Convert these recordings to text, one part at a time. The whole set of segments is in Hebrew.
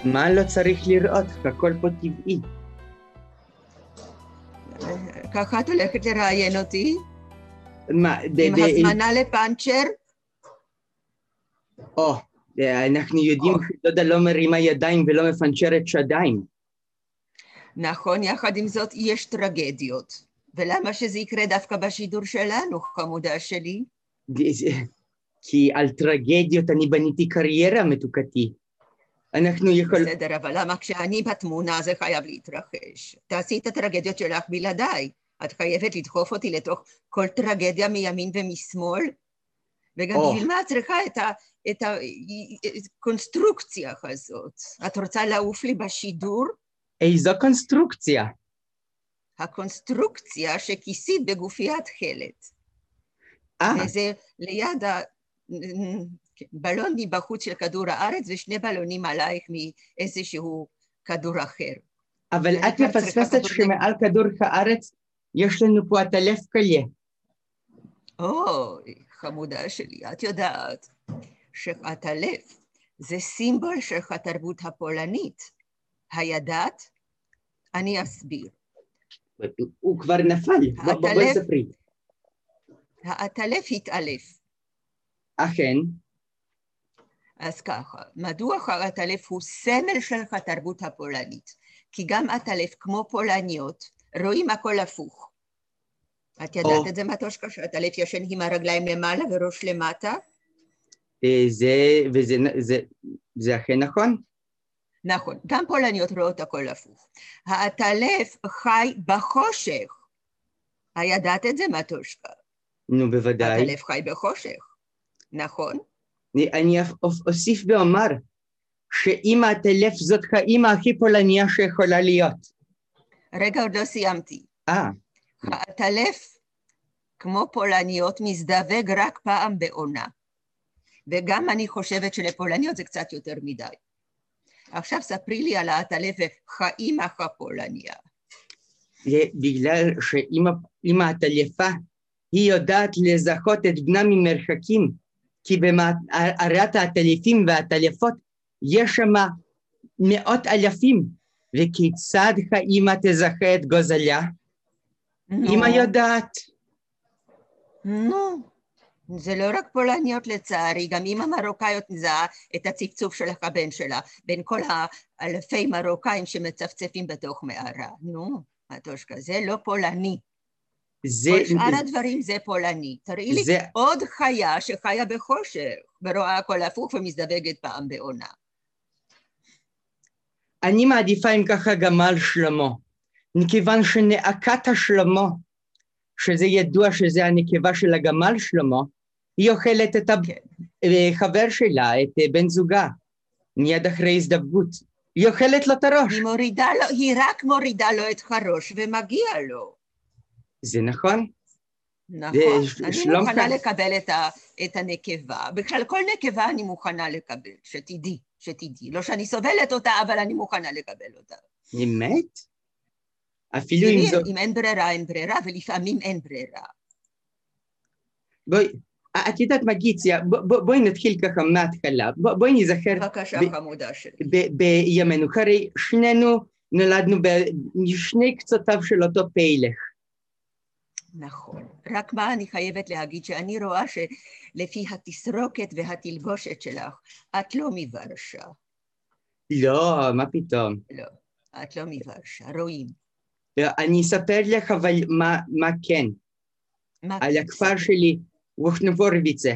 מה לא צריך לראות? הכל פה טבעי. ככה את הולכת לראיין אותי? מה, עם הזמנה לפאנצ'ר? אנחנו יודעים שדודה לא מרימה ידיים ולא מפנצ'רת שדיים. נכון, יחד עם זאת יש טרגדיות. ולמה שזה יקרה דווקא בשידור שלנו, חמודה שלי? כי על טרגדיות אני בניתי קריירה מתוקתי. בסדר, אבל למה כשאני בתמונה זה חייב להתרחש? תעשי את הטרגדיות שלך בלעדיי. את חייבת לדחוף אותי לתוך כל טרגדיה מימין ומשמאל? וגם בשביל מה את צריכה את הקונסטרוקציה הזאת? את רוצה לעוף לי בשידור? איזו קונסטרוקציה? הקונסטרוקציה שכיסית בגופיית חלת. וזה ליד בלון מבחוץ של כדור הארץ ושני בלונים עלייך מאיזשהו כדור אחר. אבל את מפספסת שמעל כדור הארץ יש לנו פה עטלף קליה. חמודה שלי, את יודעת שעטלף זה סימבול של התרבות הפולנית. הידעת? אני אסביר. הוא כבר נפל, בואי ספרי. העטלף התעלף. אכן. אז ככה, מדוע העטלף הוא סמל של התרבות הפולנית? כי גם עטלף כמו פולניות רואים הכל הפוך. את ידעת את זה מטושקה, שעטלף ישן עם הרגליים למעלה וראש למטה? זה אכן נכון? נכון, גם פולניות רואות הכל הפוך. העטלף חי בחושך. הידעת את זה מטושקה? נו, בוודאי. העטלף חי בחושך, נכון? אני אוסיף ואומר שאמא העטלף זאת האמא הכי פולניה שיכולה להיות. רגע, עוד לא סיימתי. העטלף, כמו פולניות, מזדווג רק פעם בעונה. וגם אני חושבת שלפולניות זה קצת יותר מדי. עכשיו ספרי לי על העטלף וחיים הפולניה. בגלל שאמא העטלפה היא יודעת לזהות את בנה ממרחקים, כי במערת העטלפים והעטלפות יש שם מאות אלפים, וכיצד האמא תזהה את גוזליה? אמא יודעת. זה לא רק פולניות לצערי, גם אמא מרוקאיות מזהה את הצפצוף של הבן שלה, בין כל האלפי מרוקאים שמצפצפים בתוך מערה. מטושקה, זה לא פולני. כל שאר הדברים זה פולני. תראי לי עוד חיה שחיה בחושך, ורואה הכל הפוך ומזדווגת פעם בעונה. אני מעדיפה אם ככה גמל שלמה, מכיוון שנאקת השלמה, שזה ידוע שזה הנקבה של הגמל שלמה, היא אוכלת את החבר שלה, את בן זוגה, מיד אחרי הזדווג. היא אוכלת לו את הראש. היא רק מורידה לו את הראש ומגיע לו. זה נכון? נכון, אני מוכנה לקבל את הנקבה. בכלל כל נקבה אני מוכנה לקבל, שתדעי. לא שאני סובלת אותה, אבל אני מוכנה לקבל אותה. באמת? אפילו אם זאת... אם אין ברירה, אין ברירה, ולפעמים אין ברירה. בואי, את יודעת מגיציה, בואי נתחיל ככה מההתחלה. בואי נזכר... בבקשה חמודה שלי. בימינו, הרי שנינו נולדנו בשני קצותיו של אותו פלח. נכון, רק מה אני חייבת להגיד שאני רואה שלפי התסרוקת והתלבושת שלך, את לא מוורשה. לא, מה פתאום? לא, את לא מוורשה, רואים. אני אספר לך אבל מה כן. על הכפר שלי, ווכנבורביצה.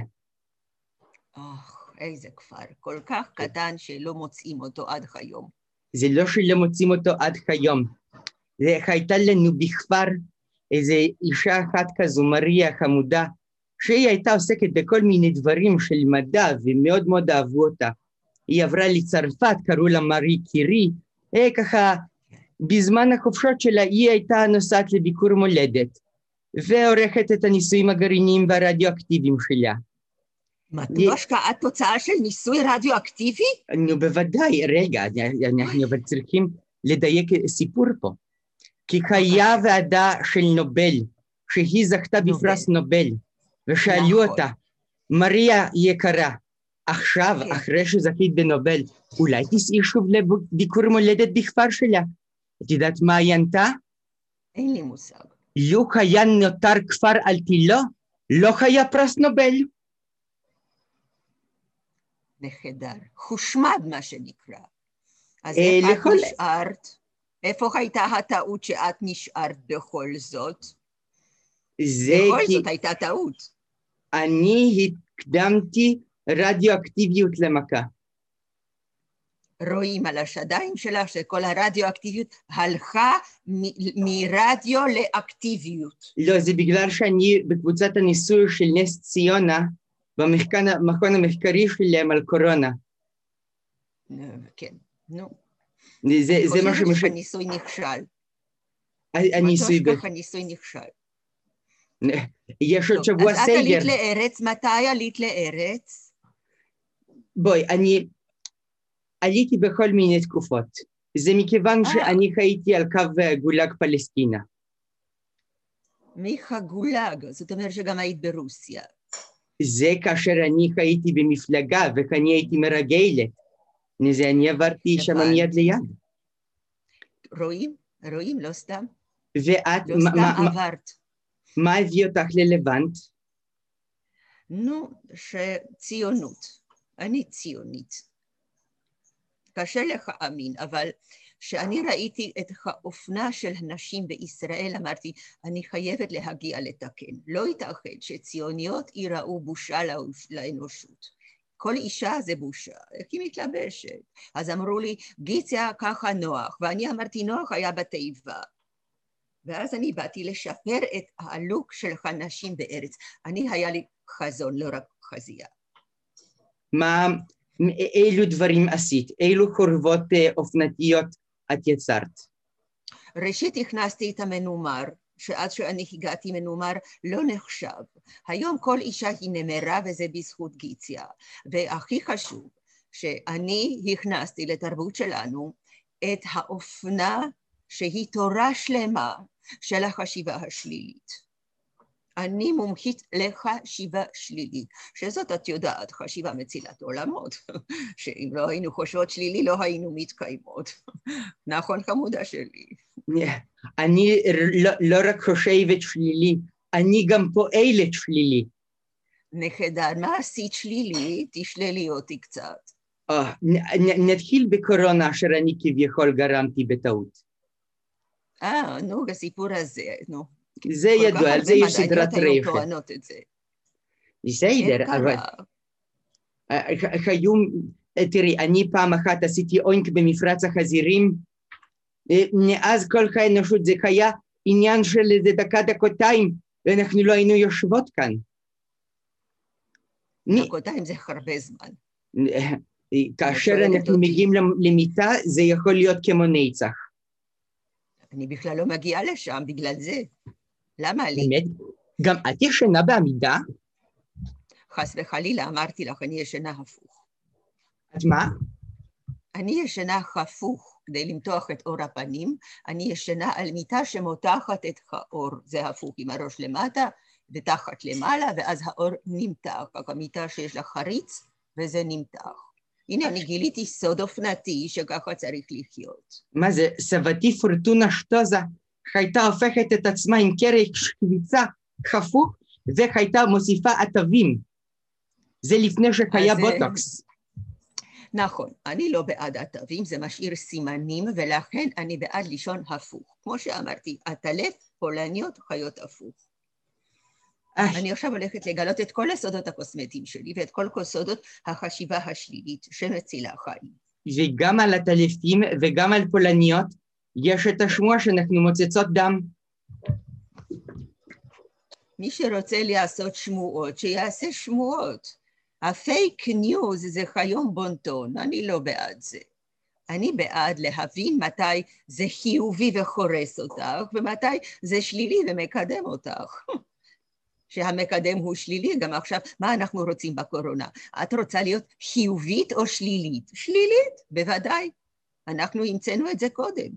איזה כפר, כל כך קטן שלא מוצאים אותו עד היום. זה לא שלא מוצאים אותו עד היום. הייתה לנו בכפר איזו אישה אחת כזו, מריה חמודה, שהיא הייתה עוסקת בכל מיני דברים של מדע, ומאוד מאוד אהבו אותה. היא עברה לצרפת, קראו לה מארי קירי, ככה, בזמן החופשות שלה היא הייתה נוסעת לביקור מולדת, ועורכת את הניסויים הגרעיניים והרדיואקטיביים שלה. מטושקה, את תוצאה של ניסוי רדיואקטיבי? נו, בוודאי, רגע, אנחנו אבל צריכים לדייק סיפור פה. כי היה ועדה של נובל, שהיא זכתה בפרס נובל, ושאלו אותה, מריה יקרה, עכשיו, אחרי שזכית בנובל, אולי תסעי שוב לביקור מולדת בכפר שלה. את יודעת מה היא ענתה? אין לי מושג. לו היה נותר כפר על תילו, לא היה פרס נובל. נחדר, חושמד מה שנקרא. אז איפה את נשארת? איפה הייתה הטעות שאת נשארת בכל זאת? בכל זאת הייתה טעות. אני הקדמתי רדיואקטיביות למכה. רואים על השדיים שלך שכל הרדיואקטיביות הלכה מרדיו לאקטיביות. לא, זה בגלל שאני בקבוצת הניסוי של נס ציונה, במכון המחקרי שלהם על קורונה. כן, נו. זה מה חושבת שהניסוי נכשל. הניסוי נכשל. יש עוד שבוע סגר. אז את עלית לארץ, מתי עלית לארץ? בואי, אני עליתי בכל מיני תקופות. זה מכיוון שאני חייתי על קו גולג פלסטינה. מיכה גולג, זאת אומרת שגם היית ברוסיה. זה כאשר אני חייתי במפלגה וכאני הייתי מרגלת. זה אני עברתי שם מיד ליד. רואים, לא סתם. ואת, לא סתם עברת. מה הביא אותך ללבנט? נו, שציונות. אני ציונית. קשה לך אמין, אבל כשאני ראיתי את האופנה של הנשים בישראל, אמרתי, אני חייבת להגיע לתקן. לא ייתכן שציוניות יראו בושה לאנושות. כל אישה זה בושה, איך היא מתלבשת? אז אמרו לי, גיציה ככה נוח, ואני אמרתי, נוח היה בתיבה. ואז אני באתי לשפר את הלוק של הנשים בארץ. היה לי חזון, לא רק חזייה. אילו דברים עשית? אילו חורבות אופנתיות את יצרת? ראשית הכנסתי את המנומר, שעד שאני הגעתי מנומר לא נחשב. היום כל אישה היא נמרה וזה בזכות גיציה. והכי חשוב שאני הכנסתי לתרבות שלנו את האופנה שהיא תורה שלמה של החשיבה השלילית. אני מומחית לחשיבה שלילית, שזאת את יודעת, חשיבה מצילת עולמות, שאם לא היינו חושבות שלילי לא היינו מתקיימות. נכון חמודה שלי? אני לא רק חושבת שלילי, אני גם פועלת שלילי. נחדר, מה עשית שלילי? תשללי אותי קצת. נתחיל בקורונה אשר אני כביכול גרמתי בטעות. נו, הסיפור הזה, נו. זה ידוע, על זה יש סדרת רייכת. בסדר, אבל היום, תראי, אני פעם אחת עשיתי אוינק במפרץ החזירים, מאז כל האנושות זה היה עניין של איזה דקותיים, ואנחנו לא היינו יושבות כאן. דקותיים זה הרבה זמן. כאשר אנחנו מגיעים למיטה, זה יכול להיות כמו נצח. אני בכלל לא מגיעה לשם בגלל זה. למה לי? באמת? גם את ישנה בעמידה? חס וחלילה, אמרתי לך, אני ישנה הפוך. את מה? אני ישנה הפוך, כדי למתוח את אור הפנים, אני ישנה על מיטה שמותחת את האור, זה הפוך, עם הראש למטה ותחת למעלה, ואז האור נמתח, המיטה שיש לה חריץ, וזה נמתח. הנה, אני גיליתי סוד אופנתי שככה צריך לחיות. מה זה? סבתי פורטונה שטוזה הייתה הופכת את עצמה עם קרק שוויצה חפוך, והייתה מוסיפה עטבים. זה לפני שהיה בוטוקס. נכון, אני לא בעד עטבים, זה משאיר סימנים, ולכן אני בעד לישון הפוך. כמו שאמרתי, עטלף פולניות חיות הפוך. אני עכשיו הולכת לגלות את כל הסודות הקוסמטיים שלי, ואת כל סודות החשיבה השלילית שמצילה חיים. וגם על עטלפים וגם על פולניות, יש את השמועה שאנחנו מוצצות דם. מי שרוצה לעשות שמועות, שיעשה שמועות. הפייק ניוז זה חיום בונטון, אני לא בעד זה. אני בעד להבין מתי זה חיובי וחורס אותך, ומתי זה שלילי ומקדם אותך. שהמקדם הוא שלילי, גם עכשיו, מה אנחנו רוצים בקורונה? את רוצה להיות חיובית או שלילית? שלילית, בוודאי. אנחנו המצאנו את זה קודם.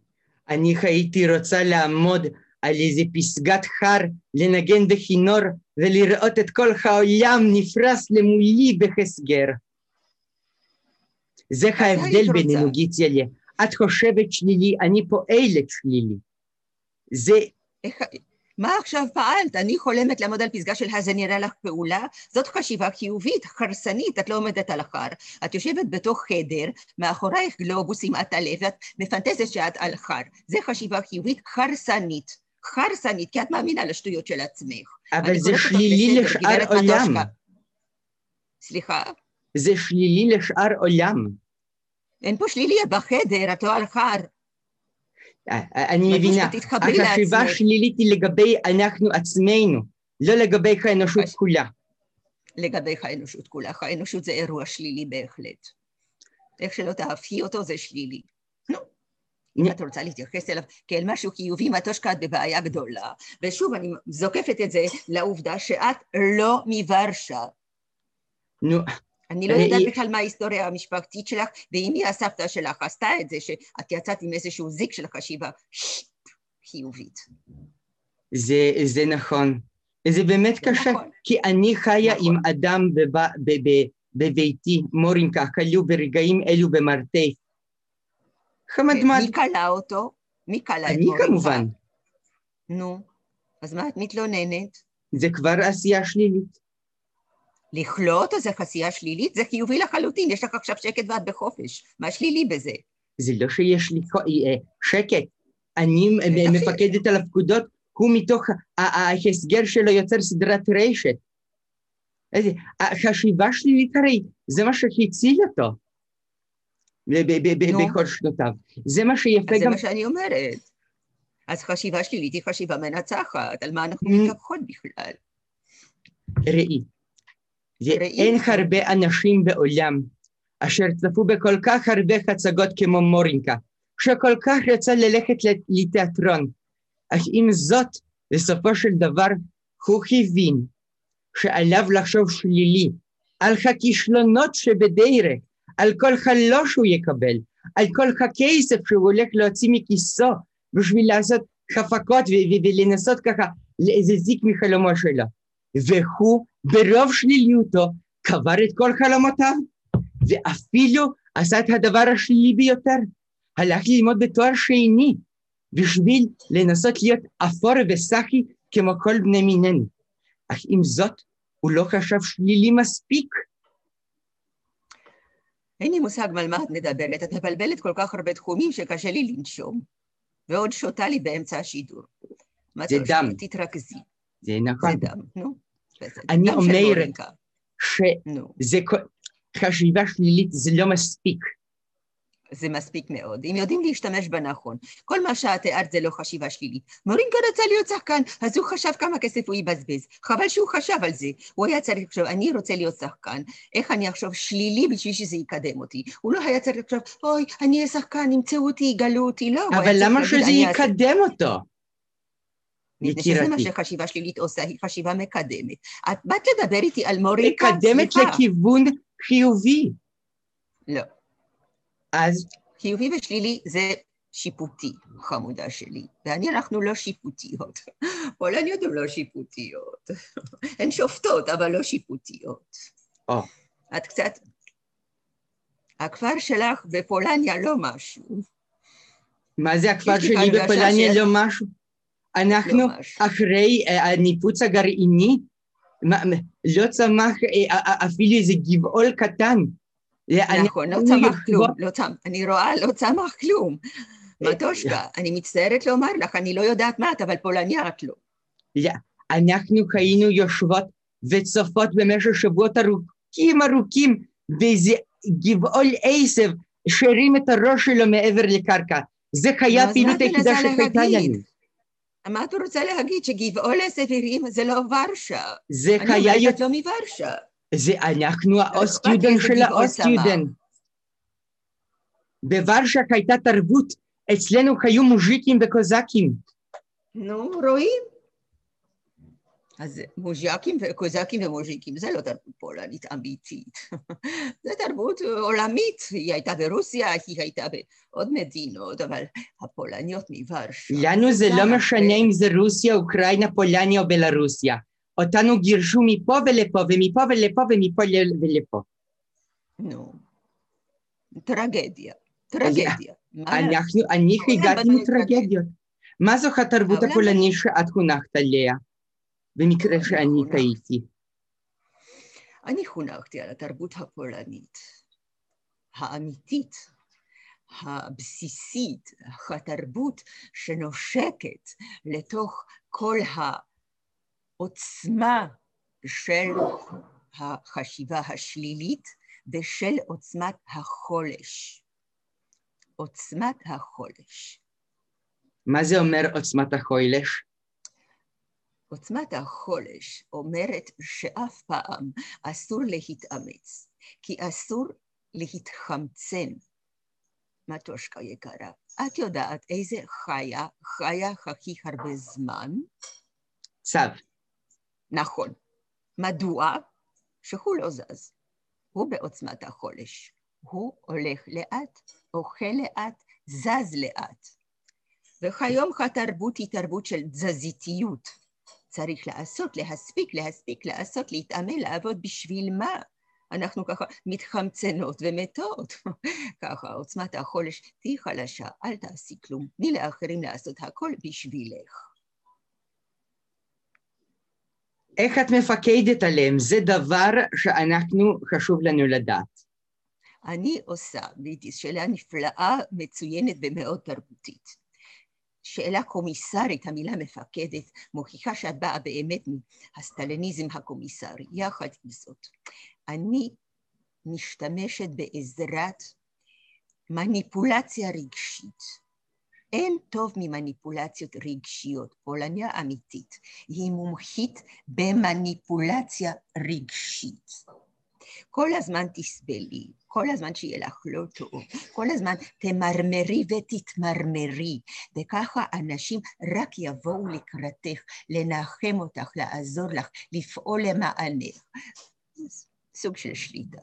אני הייתי רוצה לעמוד על איזה פסגת חר, לנגן בכינור ולראות את כל העולם נפרס למולי בחסגר. זה ההבדל בינינו, גיציה. את חושבת שלילי, אני פועלת שלילי. זה... מה עכשיו פעלת? אני חולמת לעמוד על פסגה של זה נראה לך פעולה? זאת חשיבה חיובית, חרסנית, את לא עומדת על אחר. את יושבת בתוך חדר, מאחורייך גלובוסים את עלה, ואת מפנטזת שאת על אחר. זה חשיבה חיובית חרסנית. חרסנית, כי את מאמינה לשטויות של עצמך. אבל זה שלילי לשאר עולם. סליחה? זה שלילי לשאר עולם. אין פה שלילי, את בחדר, את לא על אחר. אני מבינה, החשיבה השלילית היא לגבי אנחנו עצמנו, לא לגבי האנושות כולה. לגבי האנושות כולה, האנושות זה אירוע שלילי בהחלט. איך שלא תהפכי אותו זה שלילי. נו, אם את רוצה להתייחס אליו כאל משהו חיובי, מתושקה את בבעיה גדולה. ושוב, אני זוקפת את זה לעובדה שאת לא מוורשה. נו. אני לא יודעת בכלל מה ההיסטוריה המשפחתית שלך, ואם היא הסבתא שלך עשתה את זה, שאת יצאת עם איזשהו זיק של חשיבה חיובית. זה נכון. זה באמת קשה, כי אני חיה עם אדם בביתי, מורינקה, כלוא ברגעים אלו במרתף. מי קלה אותו? מי קלה את מורינקה? אני כמובן. נו, אז מה את מתלוננת? זה כבר עשייה שלילית. לכלות, אז זה עשייה שלילית, זה חיובי לחלוטין, יש לך עכשיו שקט ואת בחופש. מה שלילי בזה? זה לא שיש לי שקט. אני מפקדת על הפקודות, הוא מתוך ההסגר שלו יוצר סדרת רשת. החשיבה שלילית הרי, זה מה שהציל אותו. בכל שנותיו. זה מה שיפה גם... זה מה שאני אומרת. אז חשיבה שלילית היא חשיבה מנצחת, על מה אנחנו מתווכחות בכלל. ראי. אין הרבה אנשים בעולם אשר צפו בכל כך הרבה הצגות כמו מורינקה, שכל כך רצה ללכת לתיאטרון, אך עם זאת, בסופו של דבר, הוא הבין שעליו לחשוב שלילי, על הכישלונות שבדרך, על כל חלום שהוא יקבל, על כל הכסף שהוא הולך להוציא מכיסו, בשביל לעשות חפקות ולנסות ככה להזיק מחלומו שלו. והוא ברוב שליליותו קבר את כל חלומותיו, ואפילו עשה את הדבר השלילי ביותר. הלך ללמוד בתואר שני, בשביל לנסות להיות אפור וסחי כמו כל בני מיננו. אך עם זאת, הוא לא חשב שלילי מספיק. אין לי מושג על מה את מדברת, את מבלבלת כל כך הרבה תחומים שקשה לי לנשום, ועוד שותה לי באמצע השידור. זה דם. תתרכזי. זה נכון. זה דם, נו. אני אומרת שחשיבה שלילית זה לא מספיק. זה מספיק מאוד, אם יודעים להשתמש בנכון. כל מה שאת תיארת זה לא חשיבה שלילית. מורינקה רצה להיות שחקן, אז הוא חשב כמה כסף הוא יבזבז. חבל שהוא חשב על זה. הוא היה צריך לחשוב, אני רוצה להיות שחקן, איך אני אחשוב שלילי בשביל שזה יקדם אותי. הוא לא היה צריך לחשוב, אוי, אני אהיה שחקן, ימצאו אותי, יגלו אותי, לא. אבל למה שזה יקדם אותו? שזה מה שחשיבה שלילית עושה, היא חשיבה מקדמת. את באת לדבר איתי על מורינקה? מקדמת לכיוון חיובי. לא. אז? חיובי ושלילי זה שיפוטי, חמודה שלי. אנחנו לא שיפוטיות. פולניות הן לא שיפוטיות. הן שופטות, אבל לא שיפוטיות. את קצת... הכפר שלך בפולניה לא משהו. מה זה הכפר שלי בפולניה לא משהו? אנחנו אחרי הניפוץ הגרעיני, לא צמח אפילו איזה גבעול קטן. נכון, לא צמח כלום, אני רואה, לא צמח כלום. מתושקה, אני מצטערת לומר לך, אני לא יודעת מה את, אבל פולניה את לא. אנחנו היינו יושבות וצופות במשך שבועות ארוכים, ואיזה גבעול עשב שרים את הראש שלו מעבר לקרקע. זה היה פעילות היחידה שהייתה לנו. מה אתה רוצה להגיד? שגבעול עשב הרים זה לא ורשה. זה אני אומרת לא מוורשה. זה אנחנו האוסטיודן של האוסטיודן. בוורשה הייתה תרבות, אצלנו היו מוז'יקים וקוזקים. נו, רואים? אז מוז'יקים וקוזקים ומוז'יקים, זה לא תרבות פולנית אמיתית. זה תרבות עולמית, היא הייתה ברוסיה, היא הייתה בעוד מדינות, אבל הפולניות מוורשה. לנו זה לא משנה אם זה רוסיה, אוקראינה, פולניה או בלרוסיה. אותנו גירשו מפה ולפה, ומפה ולפה, ומפה ולפה. נו, טרגדיה, טרגדיה. אני הגעתי מטרגדיות. מה זו התרבות הפולנית שאת חונכת עליה? במקרה שאני טעיתי. אני חונכתי על התרבות הפולנית, האמיתית, הבסיסית, התרבות שנושקת לתוך כל העוצמה של החשיבה השלילית ושל עוצמת החולש. עוצמת החולש. מה זה אומר עוצמת החולש? עוצמת החולש אומרת שאף פעם אסור להתאמץ, כי אסור להתחמצן. מטושקה יקרה, את יודעת איזה חיה הכי הרבה זמן? צב. נכון. מדוע? שהוא לא זז. הוא בעוצמת החולש. הוא הולך לאט, אוכל לאט, זז לאט. וכיום התרבות היא תרבות של תזזיתיות. צריך לעשות, להספיק, לעשות, להתאמן, לעבוד בשביל מה? אנחנו ככה מתחמצנות ומתות. ככה, עוצמת החולש, תהי חלשה, אל תעשי כלום, תני לאחרים לעשות הכל בשבילך. איך את מפקדת עליהם? זה דבר שאנחנו חשוב לנו לדעת. אני עושה, שאלה נפלאה, מצוינת ומאוד תרבותית. שאלה קומיסרית, המילה מפקדת, מוכיחה שאת באה באמת מהסטליניזם הקומיסרי. יחד עם זאת, אני משתמשת בעזרת מניפולציה רגשית. אין טוב ממניפולציות רגשיות. פולניה אמיתית, היא מומחית במניפולציה רגשית. כל הזמן תסבלי, כל הזמן שיהיה לך לא טוב, כל הזמן תמרמרי ותתמרמרי, וככה אנשים רק יבואו לקראתך, לנחם אותך, לעזור לך, לפעול למענך. סוג של שליטה.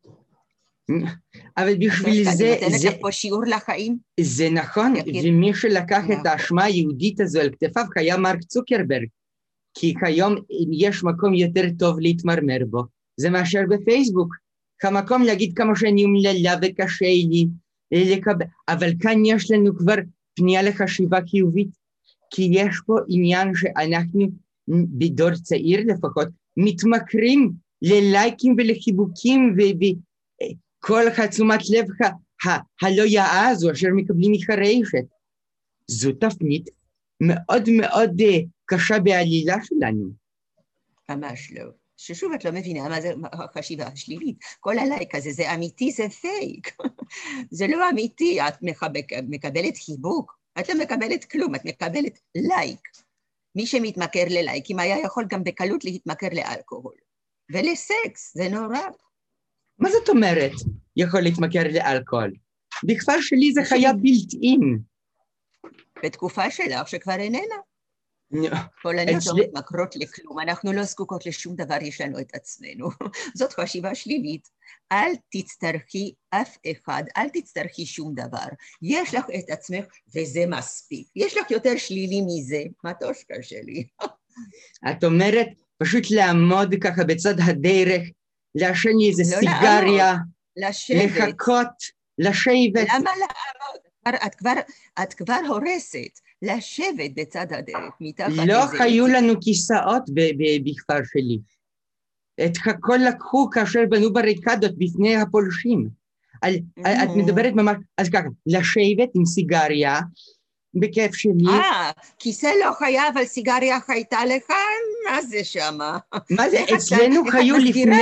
אבל בשביל זה... אני נותנת לך פה שיעור לחיים. זה נכון, ומי שלקח את האשמה היהודית הזו על כתפיו היה מרק צוקרברג, כי כיום יש מקום יותר טוב להתמרמר בו. זה מאשר בפייסבוק, המקום להגיד כמה שאני אומללה וקשה לי לקבל, אבל כאן יש לנו כבר פנייה לחשיבה חיובית, כי יש פה עניין שאנחנו בדור צעיר לפחות, מתמכרים ללייקים ולחיבוקים וכל תשומת לב הלא יאה הזו אשר מקבלים מחרשת. זו תפנית מאוד מאוד קשה בעלילה שלנו. ממש לא. ששוב את לא מבינה מה זה החשיבה השלילית. כל הלייק הזה, זה אמיתי, זה פייק. זה לא אמיתי, את מקבלת חיבוק, את לא מקבלת כלום, את מקבלת לייק. מי שמתמכר ללייקים היה יכול גם בקלות להתמכר לאלכוהול. ולסקס, זה נורא. מה זאת אומרת, יכול להתמכר לאלכוהול? בכפר שלי זה חיה בלתי-אין. בתקופה שלך שכבר איננה. פולניות לא מתמכרות לכלום, אנחנו לא זקוקות לשום דבר, יש לנו את עצמנו. זאת חשיבה שלילית. אל תצטרכי אף אחד, אל תצטרכי שום דבר. יש לך את עצמך וזה מספיק. יש לך יותר שלילי מזה, מטושקה שלי. את אומרת, פשוט לעמוד ככה בצד הדרך, לעשן לי איזה סיגריה, לחכות, לשבת. למה לעמוד? את כבר הורסת. לשבת בצד הדרך, מתחת לזה. לא היו לנו כיסאות בכפר שלי. את הכל לקחו כאשר בנו בריקדות בפני הפולשים. את מדברת ממש, אז ככה, לשבת עם סיגריה, בכיף שלי. כיסא לא חיה, אבל סיגריה חייתה לך, מה זה שמה? מה זה, אצלנו היו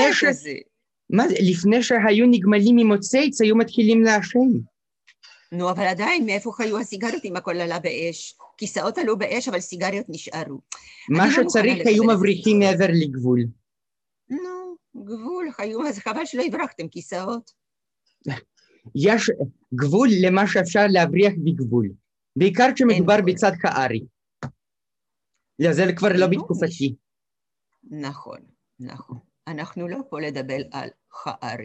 לפני שהיו נגמלים ממוצץ, היו מתחילים לעשן. נו, אבל עדיין, מאיפה חיו הסיגריות אם הכל עלה באש? כיסאות עלו באש, אבל סיגריות נשארו. מה שצריך היו מבריחים מעבר לגבול. נו, גבול, חיו, אז חבל שלא הברחתם כיסאות. יש גבול למה שאפשר להבריח בגבול. בעיקר כשמדובר בצד הארי. זה כבר לא בתקופתי. נכון, נכון. אנחנו לא פה לדבר על הארי.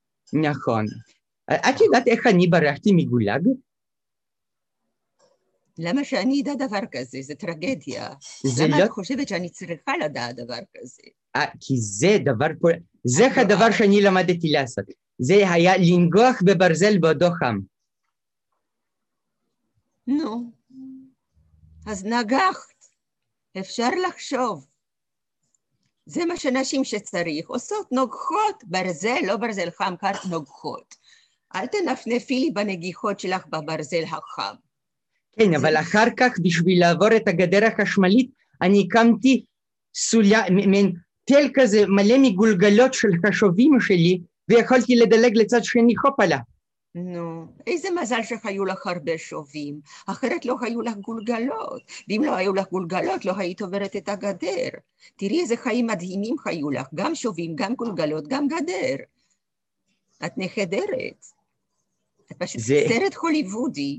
נכון. את יודעת איך אני ברחתי מגולג? למה שאני אדע דבר כזה? זה טרגדיה. זה למה לא... את חושבת שאני צריכה לדעת דבר כזה? כי זה דבר פה... זה הדבר שאני למדתי לעשות. זה היה לנגוח בברזל בעודו חם. נו, אז נגחת. אפשר לחשוב. זה מה שנשים שצריך עושות, נוגחות. ברזל, לא ברזל חם, קר, נוגחות. אל תנפנפי לי בנגיחות שלך בברזל החם. כן, אבל אחר כך, בשביל לעבור את הגדר החשמלית, אני הקמתי מין תל כזה מלא מגולגלות של השובים שלי, ויכולתי לדלג לצד שני הופלה. נו, איזה מזל שהיו לך הרבה שובים, אחרת לא היו לך גולגלות, ואם לא היו לך גולגלות לא היית עוברת את הגדר. תראי איזה חיים מדהימים היו לך, גם שובים, גם גולגלות, גם גדר. את נחדרת. את פשוט סרט הוליוודי.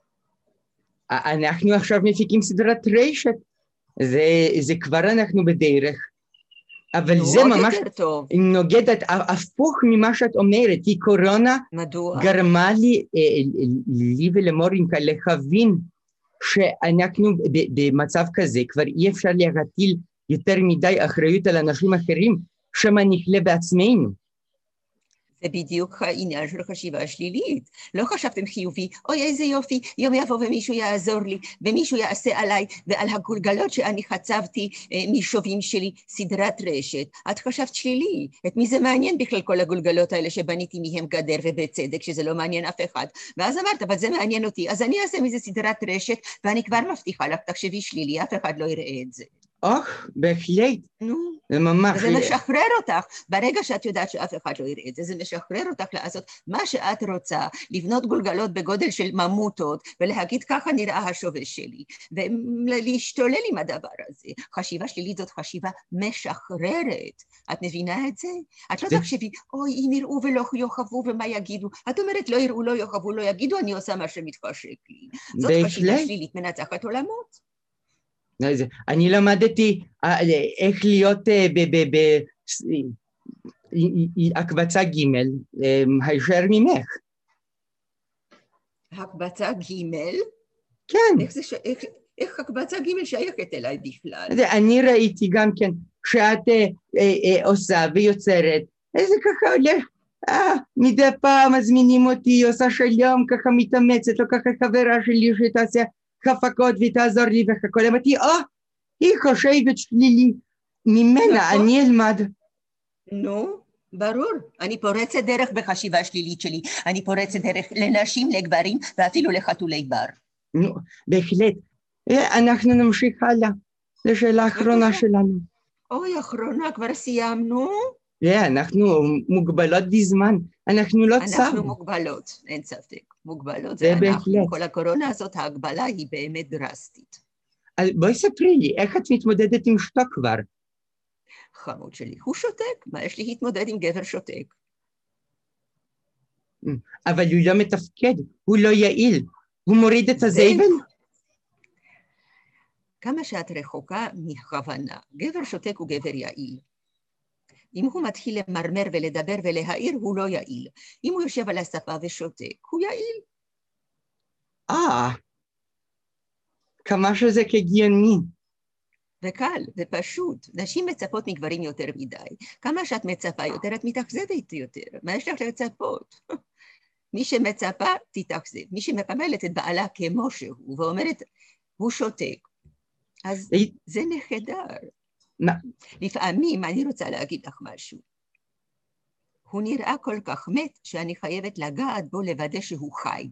אנחנו עכשיו מפיקים סדרת רשת, זה כבר אנחנו בדרך. אבל זה ממש נוגד הפוך ממה שאת אומרת, כי קורונה גרמה לי ולמורינקה להבין שאנחנו במצב כזה, כבר אי אפשר להטיל יותר מדי אחריות על אנשים אחרים, שמה נחלה בעצמנו. זה בדיוק העניין של חשיבה שלילית. לא חשבתם חיובי, אוי איזה יופי, יום יבוא ומישהו יעזור לי, ומישהו יעשה עליי, ועל הגולגלות שאני חצבתי משובים שלי, סדרת רשת. את חשבת שלילי, את מי זה מעניין בכלל כל הגולגלות האלה שבניתי מהם גדר ובצדק, שזה לא מעניין אף אחד. ואז אמרת, אבל זה מעניין אותי, אז אני אעשה מזה סדרת רשת, ואני כבר מבטיחה לך, תחשבי שלילי, אף אחד לא יראה את זה. בהחלט. נו. זה ממש... וזה משחרר אותך, ברגע שאת יודעת שאף אחד לא יראה את זה, זה משחרר אותך לעשות מה שאת רוצה, לבנות גולגלות בגודל של ממוטות, ולהגיד ככה נראה השובש שלי, ולהשתולל עם הדבר הזה. חשיבה שלילית זאת חשיבה משחררת. את מבינה את זה? את לא תחשבי, אוי, אם יראו ולא יוחבו ומה יגידו. את אומרת, לא יראו, לא יוחבו, לא יגידו, אני עושה מה שמתחשק לי. זאת חשיבה שלילית מנצחת עולמות. אני למדתי איך להיות בהקבצה ג' הישר ממך. הקבצה ג'? כן. איך הקבצה ג' שייכת אליי בכלל? אני ראיתי גם כן שאת עושה ויוצרת, איזה ככה הולך, מדי פעם מזמינים אותי, עושה שלום, ככה מתאמצת, לא ככה חברה שלי שתעשה הפקות ותעזור לי וככל, אמרתי, היא חושבת שלילי, ממנה אני אלמד. נו, ברור, אני פורצת דרך בחשיבה שלילית שלי, אני פורצת דרך לנשים, לגברים ואפילו לחתולי בר. נו, בהחלט, אנחנו נמשיך הלאה, לשאלה האחרונה שלנו. אוי, אחרונה, כבר סיימנו? אנחנו מוגבלות בזמן, אנחנו לא צר. אנחנו מוגבלות, אין ספק. מוגבלות זה אנחנו. כל הקורונה הזאת, ההגבלה היא באמת דרסטית. בואי ספרי לי, איך את מתמודדת עם שתוק כבר? חמוד שלי, הוא שותק, מה יש לי להתמודד עם גבר שותק? אבל הוא לא מתפקד, הוא לא יעיל, הוא מוריד את הזבל? כמה שאת רחוקה מכוונה, גבר שותק הוא גבר יעיל. אם הוא מתחיל למרמר ולדבר ולהעיר, הוא לא יעיל. אם הוא יושב על הספה ושותק, הוא יעיל. כמה שזה כגיוני. וקל ופשוט. נשים מצפות מגברים יותר מדי. כמה שאת מצפה יותר, את מתאכזבת יותר. מה יש לך לצפות? מי שמצפה, תתאכזב. מי שמקבלת את בעלה כמו שהוא, ואומרת, הוא שותק. אז זה נחדר. לפעמים אני רוצה להגיד לך משהו. הוא נראה כל כך מת שאני חייבת לגעת בו לוודא שהוא חי.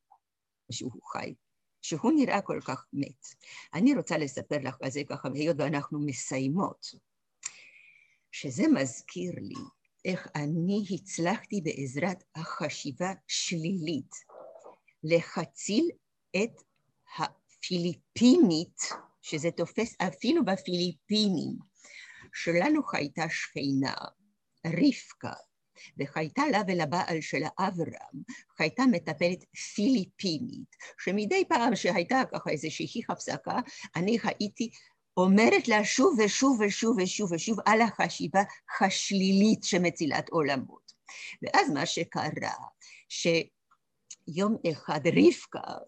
שהוא נראה כל כך מת. אני רוצה לספר לך על זה ככה, היות ואנחנו מסיימות, שזה מזכיר לי איך אני הצלחתי בעזרת החשיבה שלילית להציל את הפיליפינית, שזה תופס אפילו בפיליפינים. שלנו חייתה שכינה, רבקה, וחייתה לה ולבעל שלה אברהם, חייתה מטפלת פיליפינית, שמדי פעם שהייתה ככה איזושהי הפסקה, אני הייתי אומרת לה שוב ושוב ושוב ושוב ושוב על החשיבה השלילית שמצילת עולמות. ואז מה שקרה, שיום אחד רבקה,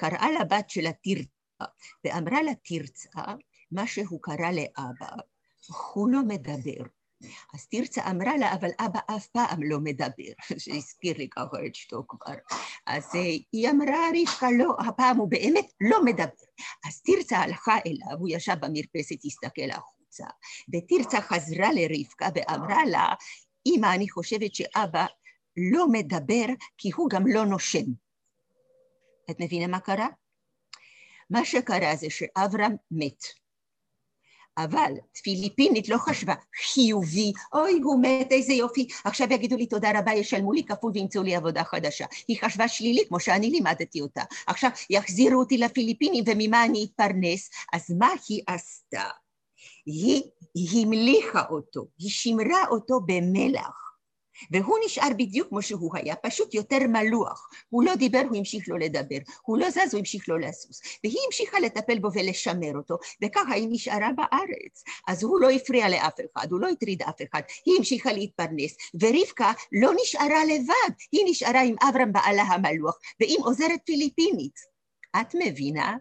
קראה לבת שלה תרצה, ואמרה לה תרצה, מה שהוא קרא לאבא, הוא לא מדבר. אז תרצה אמרה לה, אבל אבא אף פעם לא מדבר, שהזכיר לי ככה את שתו כבר. אז היא אמרה, רבקה, לא, הפעם הוא באמת לא מדבר. אז תרצה הלכה אליו, הוא ישב במרפסת, הסתכל החוצה, ותרצה חזרה לרבקה ואמרה לה, אמא, אני חושבת שאבא לא מדבר, כי הוא גם לא נושם. את מבינה מה קרה? מה שקרה זה שאברהם מת. אבל פיליפינית לא חשבה חיובי, אוי הוא מת, איזה יופי, עכשיו יגידו לי תודה רבה, ישלמו לי כפול וימצאו לי עבודה חדשה. היא חשבה שלילי כמו שאני לימדתי אותה. עכשיו יחזירו אותי לפיליפינים וממה אני אתפרנס, אז מה היא עשתה? היא המליכה אותו, היא שימרה אותו במלח. והוא נשאר בדיוק כמו שהוא היה, פשוט יותר מלוח. הוא לא דיבר, הוא המשיך לא לדבר. הוא לא זז, הוא המשיך לא לסוס. והיא המשיכה לטפל בו ולשמר אותו, וככה היא נשארה בארץ. אז הוא לא הפריע לאף אחד, הוא לא הטריד אף אחד. היא המשיכה להתפרנס, ורבקה לא נשארה לבד. היא נשארה עם אברהם בעלה המלוח, ועם עוזרת פיליפינית. את מבינה?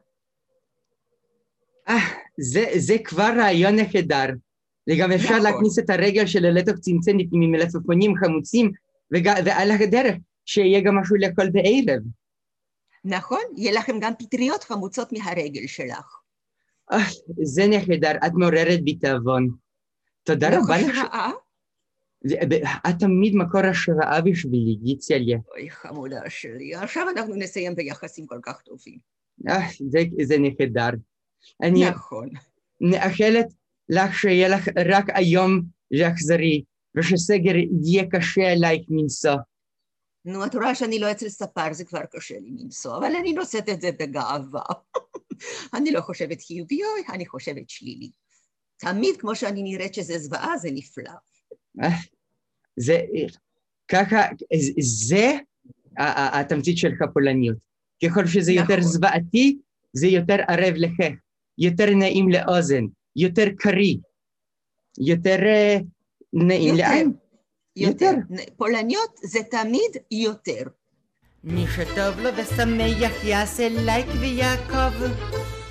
זה כבר רעיון נהדר. וגם אפשר להכניס את הרגל של הלטוב צנצנת עם מלפפונים חמוצים, ועל הדרך שיהיה גם משהו לאכול בערב. נכון, יהיה לכם גם פטריות חמוצות מהרגל שלך. זה נהדר, את מעוררת בי תיאבון. תודה רבה לך. את תמיד מקור השראה בשבילי, גיצליה. אוי, חמודה שלי, עכשיו אנחנו נסיים ביחסים כל כך טובים. זה נהדר. נכון. מאחלת לך שיהיה לך רק היום לחזרי, ושסגר יהיה קשה עלייך מנסוע. נו, את רואה שאני לא אצל ספר, זה כבר קשה לי מנסוע, אבל אני נושאת את זה בגאווה. אני לא חושבת חיובי, אני חושבת שלילי. תמיד כמו שאני נראית שזה זוועה, זה נפלא. זה, ככה, זה התמצית שלך פולניות. ככל שזה יותר זוועתי, זה יותר ערב לחך, יותר נעים לאוזן. יותר קרי, יותר נעים לעין. יותר. פולניות זה תמיד יותר. מי שטוב לו ושמח יעשה לייק ויעקב.